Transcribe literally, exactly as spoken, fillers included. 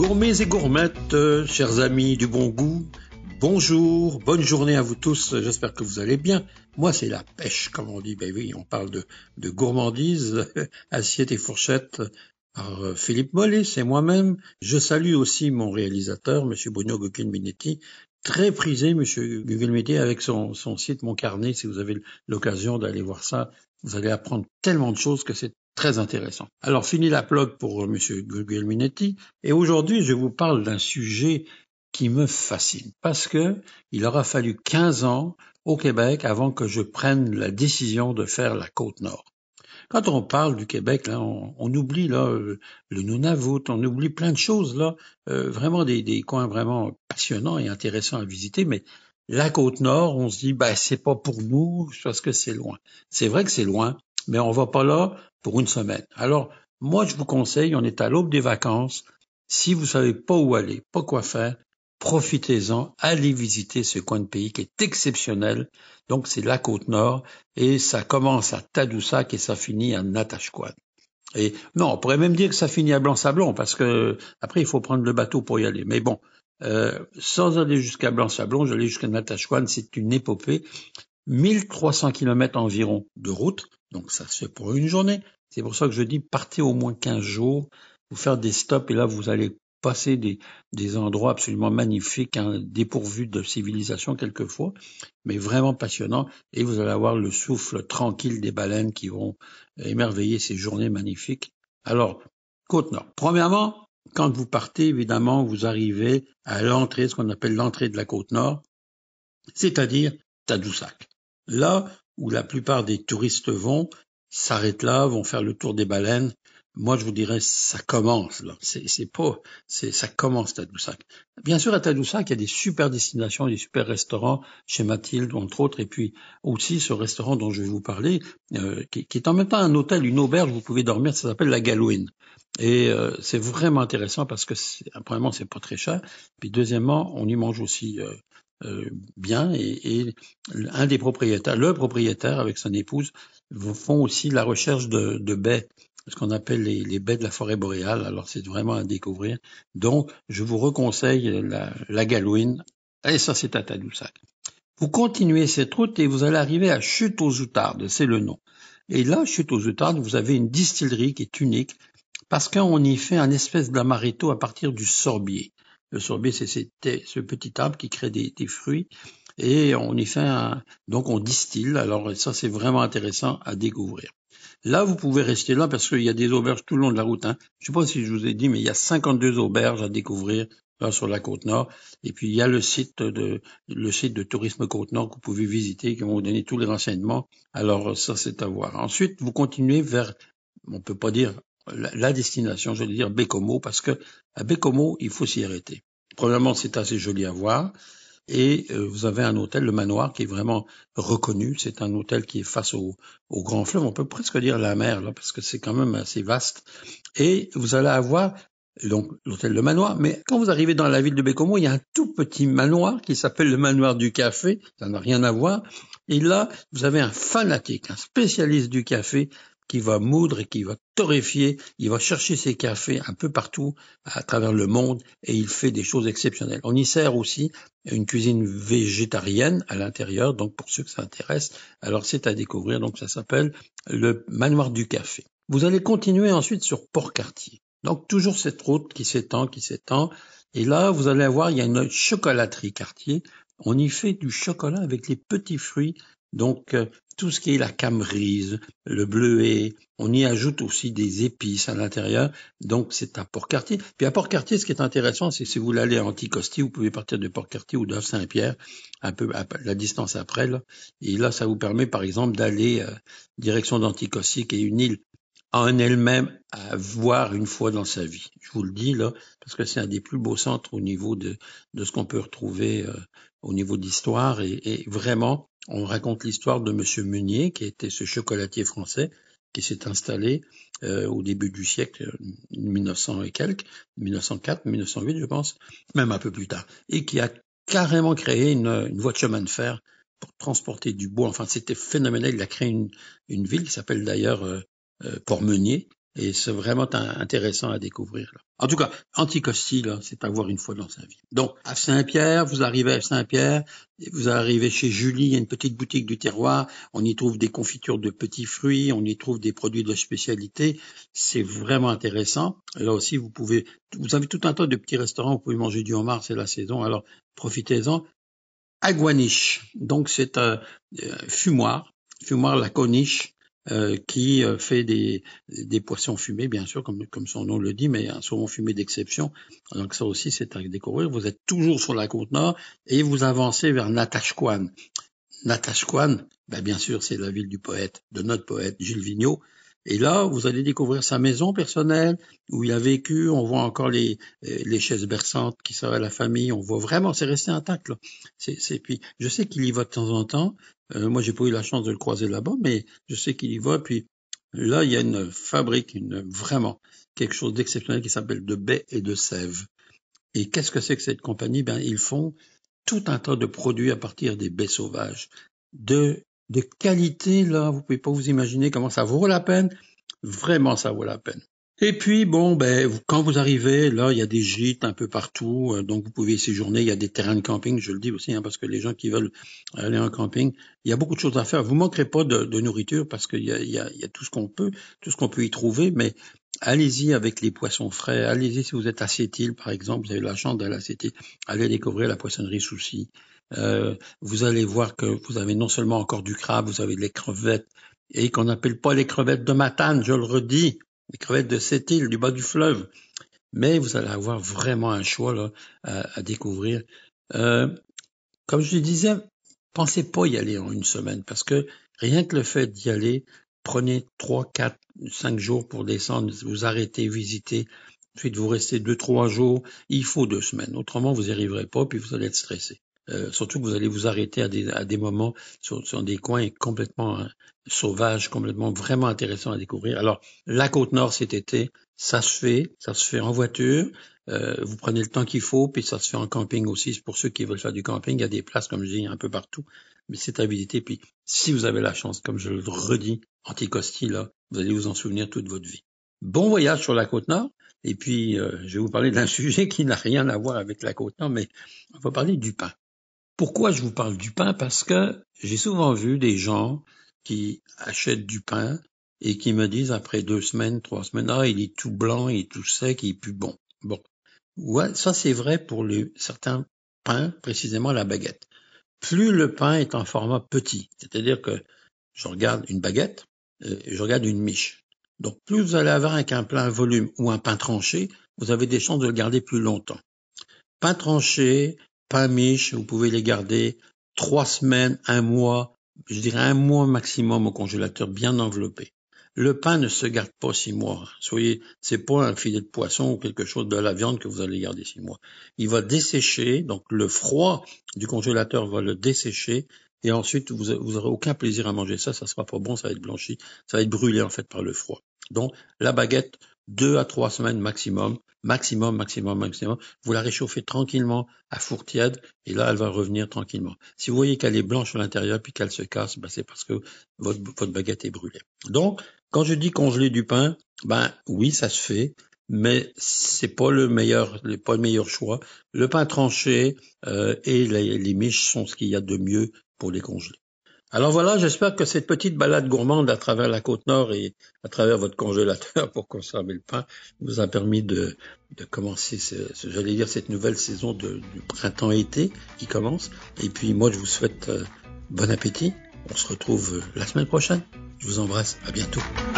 Gourmets et gourmettes, euh, chers amis du bon goût, bonjour, bonne journée à vous tous, j'espère que vous allez bien. Moi c'est la pêche, comme on dit, ben oui, on parle de, de gourmandise, assiette et fourchette par euh, Philippe Mollet, c'est moi-même. Je salue aussi mon réalisateur, monsieur Bruno Guglielminetti, très prisé, monsieur Guglielminetti, avec son, son site Mon Carnet, si vous avez l'occasion d'aller voir ça, vous allez apprendre tellement de choses que c'est très intéressant. Alors, fini la plug pour euh, monsieur Guglielminetti, et aujourd'hui, je vous parle d'un sujet qui me fascine, parce que il aura fallu quinze ans au Québec avant que je prenne la décision de faire la Côte-Nord. Quand on parle du Québec, là, on, on oublie là le, le Nunavut, on oublie plein de choses là, euh, vraiment des, des coins vraiment passionnants et intéressants à visiter, mais la Côte-Nord, on se dit, bah c'est pas pour nous parce que c'est loin. C'est vrai que c'est loin, mais on va pas là pour une semaine. Alors, moi, je vous conseille, on est à l'aube des vacances. Si vous savez pas où aller, pas quoi faire, profitez-en, allez visiter ce coin de pays qui est exceptionnel. Donc, c'est la Côte-Nord et ça commence à Tadoussac et ça finit à Natashquan. Et non, on pourrait même dire que ça finit à Blanc-Sablon parce que après il faut prendre le bateau pour y aller. Mais bon, euh, sans aller jusqu'à Blanc-Sablon, j'allais jusqu'à Natashquan, c'est une épopée. mille trois cents kilomètres environ de route, donc ça se fait pour une journée. C'est pour ça que je dis partez au moins quinze jours, vous faire des stops et là vous allez passer des, des endroits absolument magnifiques, hein, dépourvus de civilisation quelquefois, mais vraiment passionnants, et vous allez avoir le souffle tranquille des baleines qui vont émerveiller ces journées magnifiques. Alors, Côte-Nord. Premièrement, quand vous partez, évidemment, vous arrivez à l'entrée, ce qu'on appelle l'entrée de la Côte-Nord, c'est-à-dire Tadoussac. Là où la plupart des touristes vont, s'arrêtent là, vont faire le tour des baleines. Moi, je vous dirais, ça commence là. C'est, c'est pas, c'est, ça commence Tadoussac. Bien sûr, à Tadoussac, il y a des super destinations, des super restaurants, chez Mathilde, entre autres, et puis aussi ce restaurant dont je vais vous parler, euh, qui, qui est en même temps un hôtel, une auberge, vous pouvez dormir, ça s'appelle la Galouine. Et euh, c'est vraiment intéressant parce que, c'est, premièrement, c'est pas très cher, puis deuxièmement, on y mange aussi euh, euh, bien, et, et un des propriétaires, le propriétaire avec son épouse, font aussi la recherche de, de baies, ce qu'on appelle les, les baies de la forêt boréale. Alors c'est vraiment à découvrir. Donc je vous reconseille la, la Galouine, et ça c'est à Tadoussac. Vous continuez cette route et vous allez arriver à Chute aux Outardes, c'est le nom. Et là, Chute aux Outardes, vous avez une distillerie qui est unique parce qu'on y fait un espèce d'amaretto à partir du sorbier. Le sorbier, c'est ce petit arbre qui crée des, des fruits et on y fait un, donc on distille. Alors ça, c'est vraiment intéressant à découvrir. Là, vous pouvez rester là parce qu'il y a des auberges tout le long de la route, hein. Je ne sais pas si je vous ai dit, mais il y a cinquante-deux auberges à découvrir là sur la Côte-Nord. Et puis il y a le site de le site de Tourisme Côte-Nord que vous pouvez visiter, qui vont vous donner tous les renseignements. Alors ça, c'est à voir. Ensuite, vous continuez vers, on peut pas dire la, la destination, je vais dire Bécomo, parce que à Bécomo, il faut s'y arrêter. Premièrement, c'est assez joli à voir. Et euh, vous avez un hôtel, le Manoir, qui est vraiment reconnu. C'est un hôtel qui est face au, au grand fleuve. On peut presque dire la mer, là, parce que c'est quand même assez vaste. Et vous allez avoir donc l'hôtel Le Manoir. Mais quand vous arrivez dans la ville de Bécomo, il y a un tout petit manoir qui s'appelle le Manoir du Café. Ça n'a rien à voir. Et là, vous avez un fanatique, un spécialiste du café qui va moudre et qui va torréfier. Il va chercher ses cafés un peu partout à travers le monde et il fait des choses exceptionnelles. On y sert aussi une cuisine végétarienne à l'intérieur, donc pour ceux que ça intéresse, alors c'est à découvrir, donc ça s'appelle le Manoir du Café. Vous allez continuer ensuite sur Port-Cartier. Donc toujours cette route qui s'étend, qui s'étend, et là vous allez voir, il y a une chocolaterie Cartier. On y fait du chocolat avec les petits fruits, donc euh, tout ce qui est la camerise, le bleuet, on y ajoute aussi des épices à l'intérieur, donc c'est à Port-Cartier. Puis à Port-Cartier, ce qui est intéressant, c'est que si vous voulez aller à Anticosti, vous pouvez partir de Port-Cartier ou de Saint-Pierre, un peu à la distance après, là. Et là, ça vous permet par exemple d'aller euh, direction d'Anticosti, qui est une île en elle-même à voir une fois dans sa vie. Je vous le dis là, parce que c'est un des plus beaux centres au niveau de, de ce qu'on peut retrouver euh, au niveau d'histoire. Et, et vraiment, on raconte l'histoire de Monsieur Meunier, qui était ce chocolatier français, qui s'est installé euh, au début du siècle, mille neuf cents et quelques, mille neuf cent quatre, mille neuf cent huit, je pense, même un peu plus tard, et qui a carrément créé une, une voie de chemin de fer pour transporter du bois. Enfin, c'était phénoménal. Il a créé une, une ville qui s'appelle d'ailleurs euh, Euh, Port-Meunier, et c'est vraiment intéressant à découvrir. Là. En tout cas, Anticosti, là, c'est à voir une fois dans sa vie. Donc, à Saint-Pierre, vous arrivez à Saint-Pierre, vous arrivez chez Julie, il y a une petite boutique du terroir, on y trouve des confitures de petits fruits, on y trouve des produits de spécialité, c'est vraiment intéressant. Là aussi, vous pouvez, vous avez tout un tas de petits restaurants, vous pouvez manger du homard, c'est la saison, alors profitez-en. Aguaniche, donc c'est un euh, fumoir, fumoir la Coniche, euh, qui euh, fait des, des poissons fumés, bien sûr, comme, comme son nom le dit, mais un saumon fumé d'exception. Donc ça aussi, c'est à découvrir. Vous êtes toujours sur la côte nord et vous avancez vers Natashquan. Natashquan, ben bien sûr, c'est la ville du poète, de notre poète Gilles Vigneault. Et là, vous allez découvrir sa maison personnelle où il a vécu. On voit encore les, les chaises berçantes qui servaient à la famille. On voit vraiment, c'est resté intact. Là. C'est, c'est, puis, je sais qu'il y va de temps en temps. Euh, moi, j'ai pas eu la chance de le croiser là-bas, mais je sais qu'il y va. Puis là, il y a une fabrique, une vraiment quelque chose d'exceptionnel qui s'appelle de baies et de sève. Et qu'est-ce que c'est que cette compagnie? Ben, ils font tout un tas de produits à partir des baies sauvages, de de qualité, là, vous pouvez pas vous imaginer comment ça vaut la peine. Vraiment, ça vaut la peine. Et puis, bon, ben, quand vous arrivez, là, il y a des gîtes un peu partout, euh, donc vous pouvez y séjourner. Il y a des terrains de camping, je le dis aussi, hein, parce que les gens qui veulent aller en camping, il y a beaucoup de choses à faire. Vous manquerez pas de, de nourriture parce qu'il y a, il y a, il y a tout ce qu'on peut, tout ce qu'on peut y trouver, mais allez-y avec les poissons frais. Allez-y si vous êtes à Sept-Îles, par exemple, vous avez la chance d'aller à Sept-Îles, allez découvrir la poissonnerie Soucy. Euh, vous allez voir que vous avez non seulement encore du crabe, vous avez les crevettes, et qu'on n'appelle pas les crevettes de Matane, je le redis, les crevettes de Sept-Îles, du bas du fleuve. Mais vous allez avoir vraiment un choix là à, à découvrir. Euh, comme je le disais, pensez pas y aller en une semaine, parce que rien que le fait d'y aller, prenez trois, quatre, cinq jours pour descendre, vous arrêtez, visiter, ensuite vous restez deux, trois jours, il faut deux semaines. Autrement, vous n'y arriverez pas, puis vous allez être stressé. Euh, surtout que vous allez vous arrêter à des, à des moments sur, sur des coins complètement hein, sauvages, complètement vraiment intéressants à découvrir. Alors, la Côte-Nord cet été, ça se fait, ça se fait en voiture, euh, vous prenez le temps qu'il faut, puis ça se fait en camping aussi. Pour ceux qui veulent faire du camping, il y a des places, comme je dis, un peu partout, mais c'est à visiter. Puis, si vous avez la chance, comme je le redis, Anticosti, là, vous allez vous en souvenir toute votre vie. Bon voyage sur la Côte-Nord. Et puis, euh, je vais vous parler d'un sujet qui n'a rien à voir avec la Côte-Nord, mais on va parler du pain. Pourquoi je vous parle du pain? Parce que j'ai souvent vu des gens qui achètent du pain et qui me disent après deux semaines, trois semaines, ah, il est tout blanc, il est tout sec, il est plus bon. Bon. Ouais, ça c'est vrai pour les, certains pains, précisément la baguette. Plus le pain est en format petit, c'est-à-dire que je regarde une baguette, euh, je regarde une miche. Donc plus vous allez avoir avec un plein volume ou un pain tranché, vous avez des chances de le garder plus longtemps. Pain tranché, pain miche, vous pouvez les garder trois semaines, un mois, je dirais un mois maximum au congélateur bien enveloppé. Le pain ne se garde pas six mois. Soyez, c'est pas un filet de poisson ou quelque chose de la viande que vous allez garder six mois. Il va dessécher, donc le froid du congélateur va le dessécher, et ensuite vous, vous aurez aucun plaisir à manger ça, ça sera pas bon, ça va être blanchi, ça va être brûlé en fait par le froid. Donc la baguette, deux à trois semaines maximum, maximum, maximum, maximum. Vous la réchauffez tranquillement à four tiède et là, elle va revenir tranquillement. Si vous voyez qu'elle est blanche à l'intérieur puis qu'elle se casse, ben, c'est parce que votre, votre baguette est brûlée. Donc, quand je dis congeler du pain, ben oui, ça se fait, mais c'est pas le meilleur, pas le meilleur choix. Le pain tranché euh, et les, les miches sont ce qu'il y a de mieux pour les congeler. Alors voilà, j'espère que cette petite balade gourmande à travers la Côte-Nord et à travers votre congélateur pour conserver le pain vous a permis de, de commencer, ce, ce, j'allais dire, cette nouvelle saison de, du printemps-été qui commence. Et puis moi, je vous souhaite euh, bon appétit. On se retrouve euh, la semaine prochaine. Je vous embrasse. À bientôt.